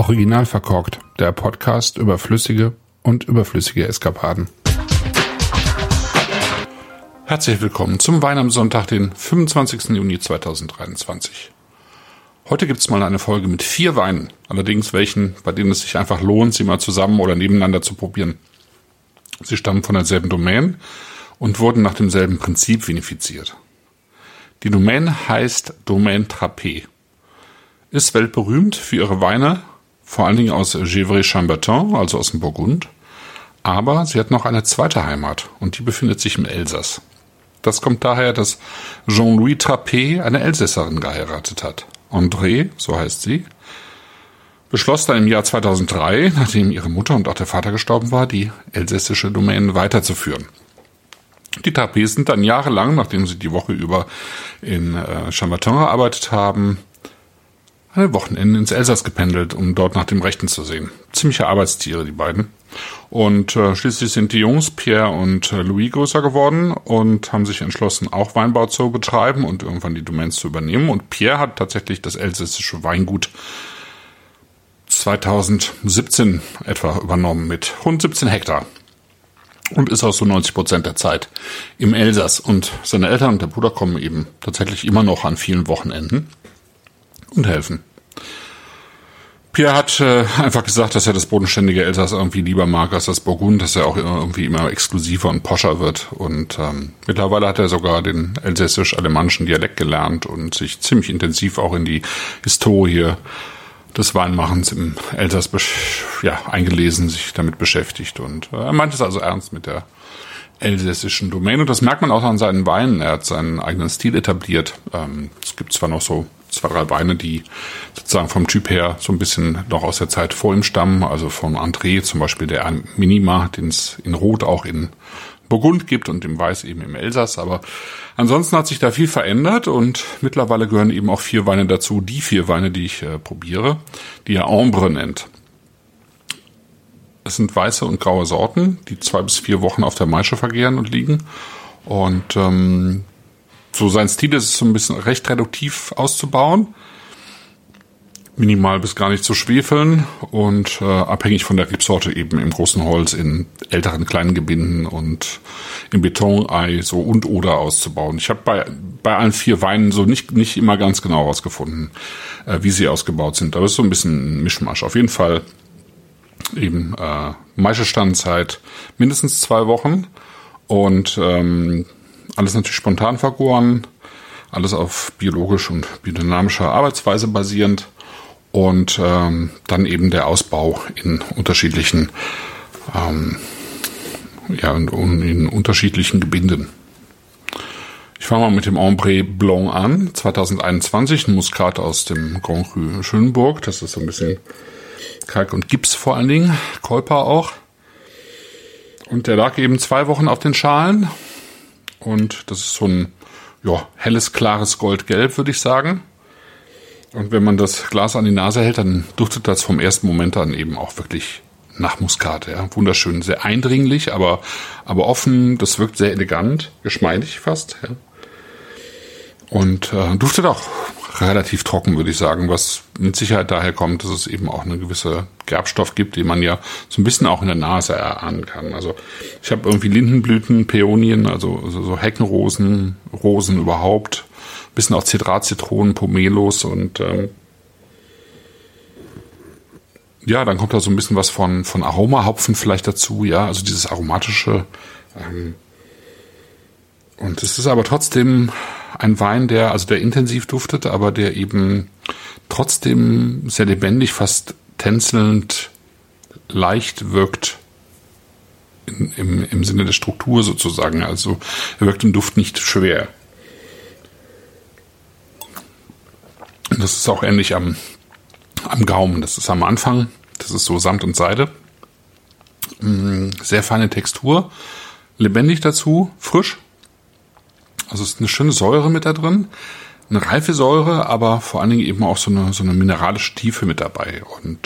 Original verkorkt, der Podcast über flüssige und überflüssige Eskapaden. Herzlich willkommen zum Wein am Sonntag, den 25. Juni 2023. Heute gibt's mal eine Folge mit 4 Weinen, allerdings welchen, bei denen es sich einfach lohnt, sie mal zusammen oder nebeneinander zu probieren. Sie stammen von derselben Domaine und wurden nach demselben Prinzip vinifiziert. Die Domaine heißt Domaine Trappé, ist weltberühmt für ihre Weine, vor allen Dingen aus Gevrey-Chambertin, also aus dem Burgund, aber sie hat noch eine zweite Heimat und die befindet sich im Elsass. Das kommt daher, dass Jean-Louis Trappé eine Elsässerin geheiratet hat. André, so heißt sie, beschloss dann im Jahr 2003, nachdem ihre Mutter und auch der Vater gestorben war, die elsässische Domaine weiterzuführen. Die Trappés sind dann jahrelang, nachdem sie die Woche über in Chambertin gearbeitet haben, an den Wochenenden ins Elsass gependelt, um dort nach dem Rechten zu sehen. Ziemliche Arbeitstiere, die beiden. Und schließlich sind die Jungs, Pierre und Louis, größer geworden und haben sich entschlossen, auch Weinbau zu betreiben und irgendwann die Domains zu übernehmen. Und Pierre hat tatsächlich das elsässische Weingut 2017 etwa übernommen mit rund 17 Hektar. Und ist auch so 90% der Zeit im Elsass. Und seine Eltern und der Bruder kommen eben tatsächlich immer noch an vielen Wochenenden und helfen. Pierre hat einfach gesagt, dass er das bodenständige Elsass irgendwie lieber mag als das Burgund, dass er auch irgendwie immer exklusiver und poscher wird. Und mittlerweile hat er sogar den elsässisch-alemannischen Dialekt gelernt und sich ziemlich intensiv auch in die Historie des Weinmachens im Elsass eingelesen, sich damit beschäftigt. Und er meint es also ernst mit der elsässischen Domaine. Und das merkt man auch an seinen Weinen. Er hat seinen eigenen Stil etabliert. Es gibt zwar noch so 2, 3 Weine, die sozusagen vom Typ her so ein bisschen noch aus der Zeit vor ihm stammen. Also von André zum Beispiel der Minima, den es in Rot auch in Burgund gibt und im Weiß eben im Elsass. Aber ansonsten hat sich da viel verändert und mittlerweile gehören eben auch 4 Weine dazu. Die 4 Weine, die ich probiere, die er Ambre nennt. Es sind weiße und graue Sorten, die 2 bis 4 Wochen auf der Maische vergären und liegen. Und so sein Stil ist es so ein bisschen recht reduktiv auszubauen, minimal bis gar nicht zu schwefeln und abhängig von der Rebsorte eben im großen Holz in älteren kleinen Gebinden und im Betonei so und oder auszubauen. Ich habe bei allen 4 Weinen so nicht immer ganz genau rausgefunden, wie sie ausgebaut sind, aber es ist so ein bisschen ein Mischmasch. Auf jeden Fall eben Maischestandzeit mindestens 2 Wochen und alles natürlich spontan vergoren, alles auf biologisch und biodynamischer Arbeitsweise basierend und dann eben der Ausbau in unterschiedlichen in unterschiedlichen Gebinden. Ich fange mal mit dem Ambre Blanc an, 2021, ein Muskat aus dem Grand Cru Schönburg. Das ist so ein bisschen Kalk und Gips vor allen Dingen, Kolper auch. Und der lag eben 2 Wochen auf den Schalen. Und das ist so ein helles, klares Goldgelb, würde ich sagen. Und wenn man das Glas an die Nase hält, dann duftet das vom ersten Moment an eben auch wirklich nach Muskat. Ja. Wunderschön, sehr eindringlich, aber offen. Das wirkt sehr elegant, geschmeidig fast. Ja. Und duftet auch relativ trocken, würde ich sagen, was mit Sicherheit daher kommt, dass es eben auch eine gewisse Gerbstoff gibt, den man ja so ein bisschen auch in der Nase erahnen kann. Also ich habe irgendwie Lindenblüten, Päonien, also so Heckenrosen, Rosen überhaupt, ein bisschen auch Zedrat, Zitronen, Pomelos und dann kommt da so ein bisschen was von Aromahopfen vielleicht dazu, ja, also dieses aromatische und es ist aber trotzdem ein Wein, der intensiv duftet, aber der eben trotzdem sehr lebendig, fast tänzelnd, leicht wirkt im Sinne der Struktur sozusagen. Also er wirkt im Duft nicht schwer. Und das ist auch ähnlich am Gaumen. Das ist am Anfang, das ist so Samt und Seide. Sehr feine Textur, lebendig dazu, frisch. Also es ist eine schöne Säure mit da drin, eine reife Säure, aber vor allen Dingen eben auch so eine mineralische Tiefe mit dabei. Und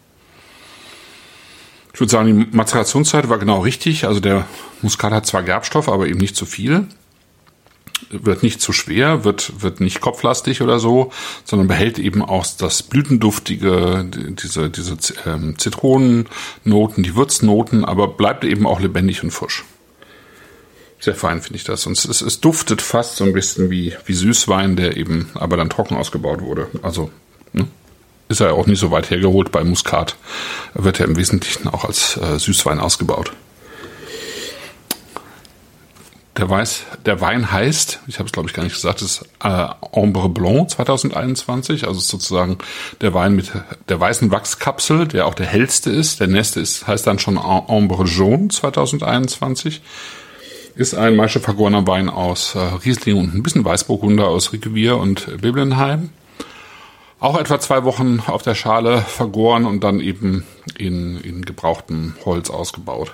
ich würde sagen, die Mazerationszeit war genau richtig. Also der Muskat hat zwar Gerbstoff, aber eben nicht zu viel. wird nicht zu schwer, wird nicht kopflastig oder so, sondern behält eben auch das Blütenduftige, diese Zitronennoten, die Würznoten, aber bleibt eben auch lebendig und frisch. Sehr fein finde ich das. Und es duftet fast so ein bisschen wie Süßwein, der eben aber dann trocken ausgebaut wurde. Also ist er auch nicht so weit hergeholt. Bei Muskat wird er im Wesentlichen auch als Süßwein ausgebaut. Der Wein heißt, ich habe es glaube ich gar nicht gesagt, ist Ambre Blanc 2021, also ist sozusagen der Wein mit der weißen Wachskapsel, der auch der hellste ist. Der nächste heißt dann schon Ambre Jaune 2021. Ist ein Maische vergorener Wein aus Riesling und ein bisschen Weißburgunder aus Riquewihr und Beblenheim. Auch etwa 2 Wochen auf der Schale vergoren und dann eben in gebrauchtem Holz ausgebaut.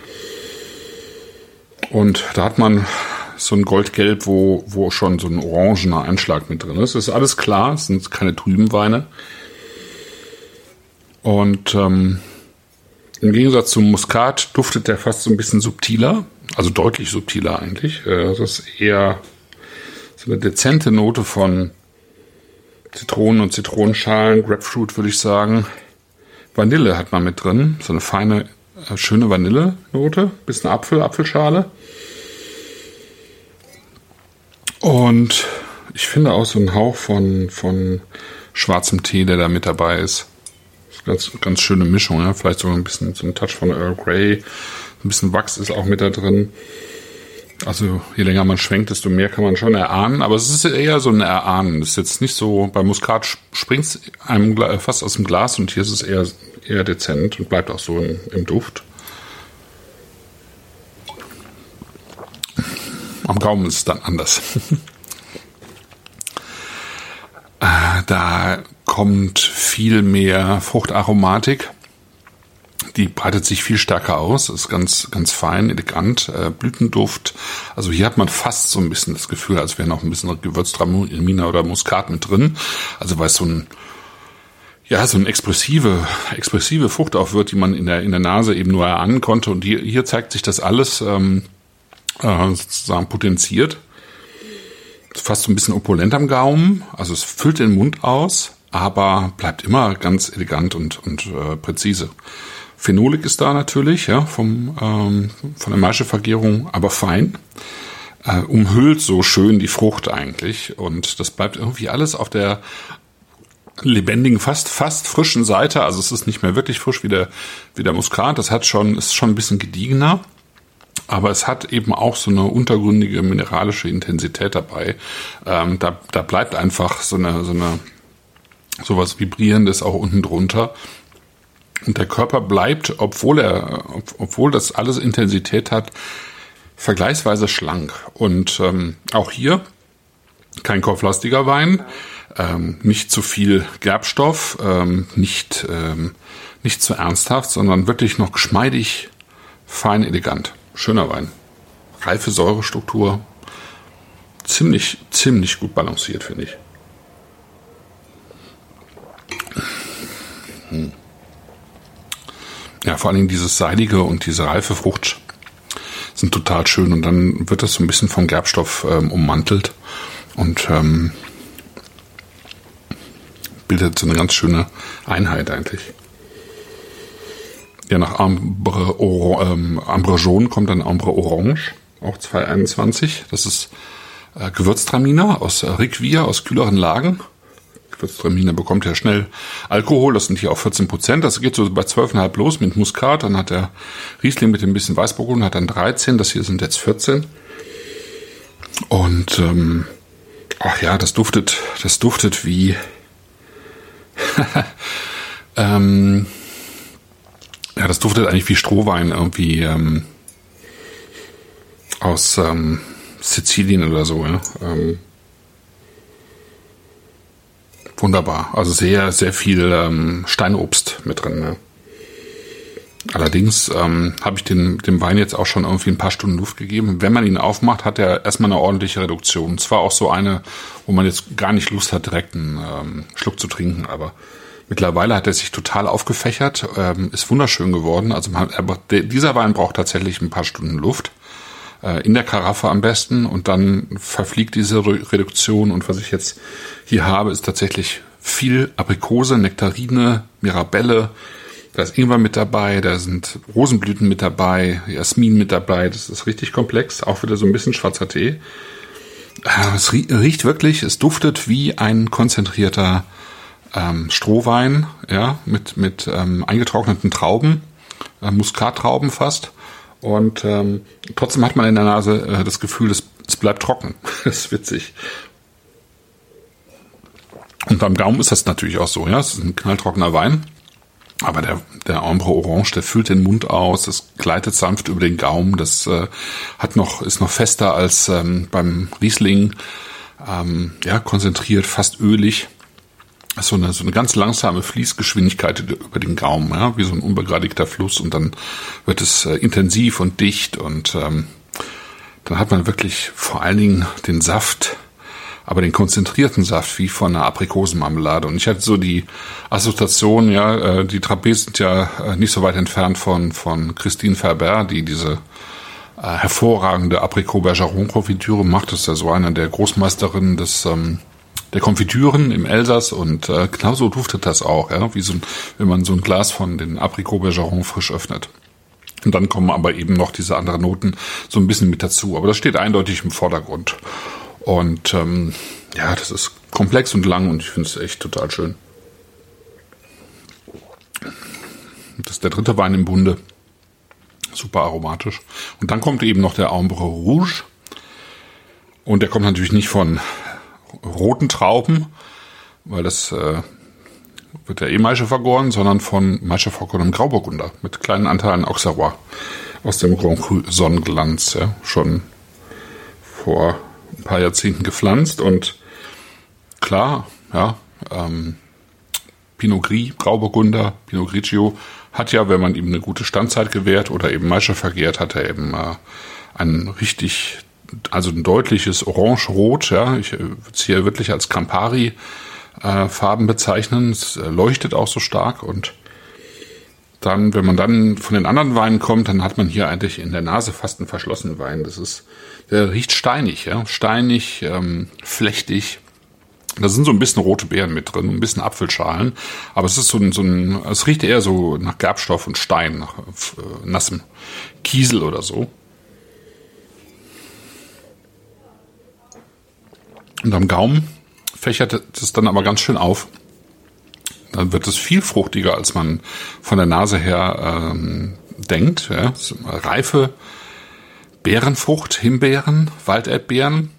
Und da hat man so ein Goldgelb, wo schon so ein orangener Einschlag mit drin ist. Es ist alles klar, es sind keine trüben Weine. Und im Gegensatz zum Muskat duftet der fast so ein bisschen subtiler, also deutlich subtiler eigentlich. Das ist eher so eine dezente Note von Zitronen und Zitronenschalen, Grapefruit würde ich sagen. Vanille hat man mit drin, so eine feine, schöne Vanillenote, bisschen Apfelschale. Und ich finde auch so einen Hauch von schwarzem Tee, der da mit dabei ist. Ganz, ganz schöne Mischung, ja? Vielleicht so ein bisschen so ein Touch von Earl Grey. Ein bisschen Wachs ist auch mit da drin. Also je länger man schwenkt, desto mehr kann man schon erahnen. Aber es ist eher so ein Erahnen. Das ist jetzt nicht so, bei Muskat springt es einem fast aus dem Glas und hier ist es eher dezent und bleibt auch so im Duft. Am Gaumen ist es dann anders. Da kommt viel mehr Fruchtaromatik. Die breitet sich viel stärker aus, ist ganz, ganz fein, elegant, Blütenduft. Also hier hat man fast so ein bisschen das Gefühl, als wäre noch ein bisschen Gewürztraminer oder Muskat mit drin. Also weil es so ein expressive Frucht auch wird, die man in der Nase eben nur erahnen konnte. Und hier zeigt sich das alles sozusagen potenziert. Fast so ein bisschen opulent am Gaumen, also es füllt den Mund aus, aber bleibt immer ganz elegant und präzise. Phenolik ist da natürlich, ja, von der Maischevergärung, aber fein. Umhüllt so schön die Frucht eigentlich und das bleibt irgendwie alles auf der lebendigen, fast frischen Seite. Also es ist nicht mehr wirklich frisch wie der Muskat. Das ist schon ein bisschen gediegener. Aber es hat eben auch so eine untergründige mineralische Intensität dabei. Da bleibt einfach sowas Vibrierendes auch unten drunter. Und der Körper bleibt, obwohl das alles Intensität hat, vergleichsweise schlank. Und auch hier kein kopflastiger Wein, nicht zu viel Gerbstoff, nicht zu ernsthaft, sondern wirklich noch geschmeidig, fein, elegant. Schöner Wein. Reife Säurestruktur. Ziemlich gut balanciert, finde ich. Ja, vor allem dieses Seidige und diese reife Frucht sind total schön. Und dann wird das so ein bisschen vom Gerbstoff ummantelt. Und bildet so eine ganz schöne Einheit eigentlich. Ja, nach Ambre Jaune kommt dann Ambre Orange, auch 2021. Das ist Gewürztraminer aus Riquewihr, aus kühleren Lagen. Gewürztraminer bekommt ja schnell Alkohol, das sind hier auch 14%. Das geht so bei 12,5 los mit Muskat. Dann hat der Riesling mit dem bisschen Weißburgunder hat dann 13, das hier sind jetzt 14. Und das duftet wie das duftet eigentlich wie Strohwein irgendwie aus Sizilien oder so. Ja? Wunderbar. Also sehr, sehr viel Steinobst mit drin. Ne? Allerdings habe ich dem Wein jetzt auch schon irgendwie ein paar Stunden Luft gegeben. Wenn man ihn aufmacht, hat er erstmal eine ordentliche Reduktion. Zwar auch so eine, wo man jetzt gar nicht Lust hat, direkt einen Schluck zu trinken, aber mittlerweile hat er sich total aufgefächert, ist wunderschön geworden. Also dieser Wein braucht tatsächlich ein paar Stunden Luft. in der Karaffe am besten, und dann verfliegt diese Reduktion. Und was ich jetzt hier habe, ist tatsächlich viel Aprikose, Nektarine, Mirabelle. Da ist Ingwer mit dabei, da sind Rosenblüten mit dabei, Jasmin mit dabei. Das ist richtig komplex, auch wieder so ein bisschen schwarzer Tee. Es riecht wirklich, es duftet wie ein konzentrierter Strohwein, ja, mit eingetrockneten Trauben, Muskattrauben fast. Und trotzdem hat man in der Nase das Gefühl, es bleibt trocken. Das ist witzig. Und beim Gaumen ist das natürlich auch so, ja. Es ist ein knalltrockener Wein. Aber der Ambre Orange, der füllt den Mund aus, das gleitet sanft über den Gaumen, das ist noch fester als beim Riesling, konzentriert, fast ölig. So eine ganz langsame Fließgeschwindigkeit über den Gaumen, ja, wie so ein unbegradigter Fluss, und dann wird es intensiv und dicht, und dann hat man wirklich vor allen Dingen den Saft, aber den konzentrierten Saft wie von einer Aprikosenmarmelade. Und ich hatte so die Assoziation, ja, die Trapez sind ja nicht so weit entfernt von Christine Ferber, die diese hervorragende Aprikot-Bergeron-Konfitüre macht. Das ist ja so eine der Großmeisterinnen der Konfitüren im Elsass, und genauso duftet das auch, ja, wie wenn man so ein Glas von den Aprikot-Bergeron frisch öffnet. Und dann kommen aber eben noch diese anderen Noten so ein bisschen mit dazu. Aber das steht eindeutig im Vordergrund. Und das ist komplex und lang, und ich finde es echt total schön. Das ist der dritte Wein im Bunde. Super aromatisch. Und dann kommt eben noch der Ambre Rouge. Und der kommt natürlich nicht von roten Trauben, weil das wird ja Maische vergoren, sondern von Maische vergorenem Grauburgunder mit kleinen Anteilen Auxerrois aus dem Grand Cru Sonnenglanz, ja, schon vor ein paar Jahrzehnten gepflanzt. Und klar, ja, Pinot Gris, Grauburgunder, Pinot Grigio hat ja, wenn man ihm eine gute Standzeit gewährt oder eben Maische vergärt, hat er eben ein deutliches Orange-Rot, ja, ich würde es hier wirklich als Campari Farben bezeichnen. Es leuchtet auch so stark, und dann, wenn man dann von den anderen Weinen kommt, dann hat man hier eigentlich in der Nase fast einen verschlossenen Wein. Der riecht steinig, ja, flechtig. Da sind so ein bisschen rote Beeren mit drin, ein bisschen Apfelschalen, aber es ist es riecht eher so nach Gerbstoff und Stein, nach nassem Kiesel oder so. Und am Gaumen fächert es dann aber ganz schön auf. Dann wird es viel fruchtiger, als man von der Nase her denkt. Ja. Reife Beerenfrucht, Himbeeren, Walderdbeeren,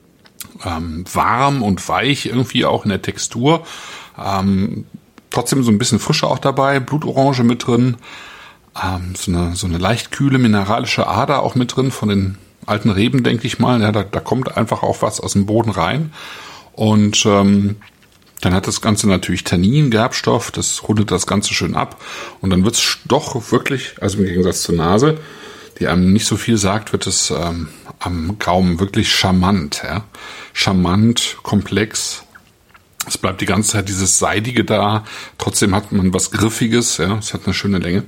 warm und weich irgendwie auch in der Textur. Trotzdem so ein bisschen Frische auch dabei, Blutorange mit drin, so eine leicht kühle mineralische Ader auch mit drin von den alten Reben, denke ich mal. Ja, da kommt einfach auch was aus dem Boden rein. Und dann hat das Ganze natürlich Tannin, Gerbstoff, das rundet das Ganze schön ab. Und dann wird es doch wirklich, also im Gegensatz zur Nase, die einem nicht so viel sagt, wird es am Gaumen wirklich charmant. Ja? Charmant, komplex. Es bleibt die ganze Zeit dieses Seidige da. Trotzdem hat man was Griffiges. Ja? Es hat eine schöne Länge.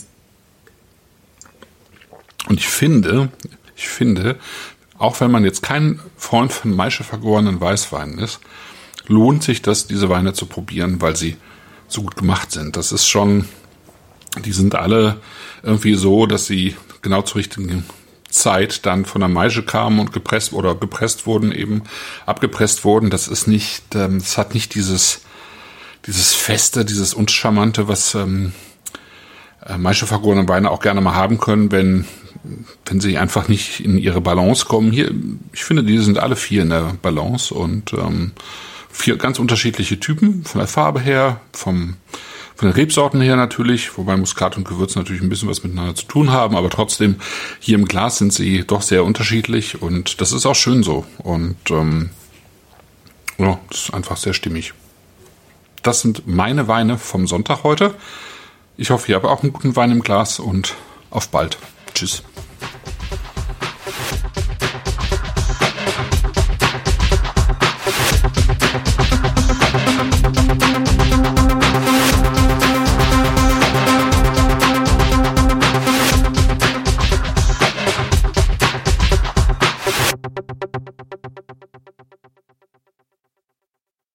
Und ich finde, auch wenn man jetzt kein Freund von Maische vergorenen Weißweinen ist, lohnt sich das, diese Weine zu probieren, weil sie so gut gemacht sind. Das ist schon, die sind alle irgendwie so, dass sie genau zur richtigen Zeit dann von der Maische kamen und gepresst wurden, eben abgepresst wurden. Das ist nicht, das hat nicht dieses Feste, dieses Uncharmante, was Maische vergorene Weine auch gerne mal haben können, wenn sie einfach nicht in ihre Balance kommen. Hier, ich finde, die sind alle vier in der Balance, und vier ganz unterschiedliche Typen, von der Farbe her, von den Rebsorten her natürlich, wobei Muskat und Gewürz natürlich ein bisschen was miteinander zu tun haben, aber trotzdem, hier im Glas sind sie doch sehr unterschiedlich, und das ist auch schön so. Und das ist einfach sehr stimmig. Das sind meine Weine vom Sonntag heute. Ich hoffe, ihr habt auch einen guten Wein im Glas, und auf bald. Tschüss.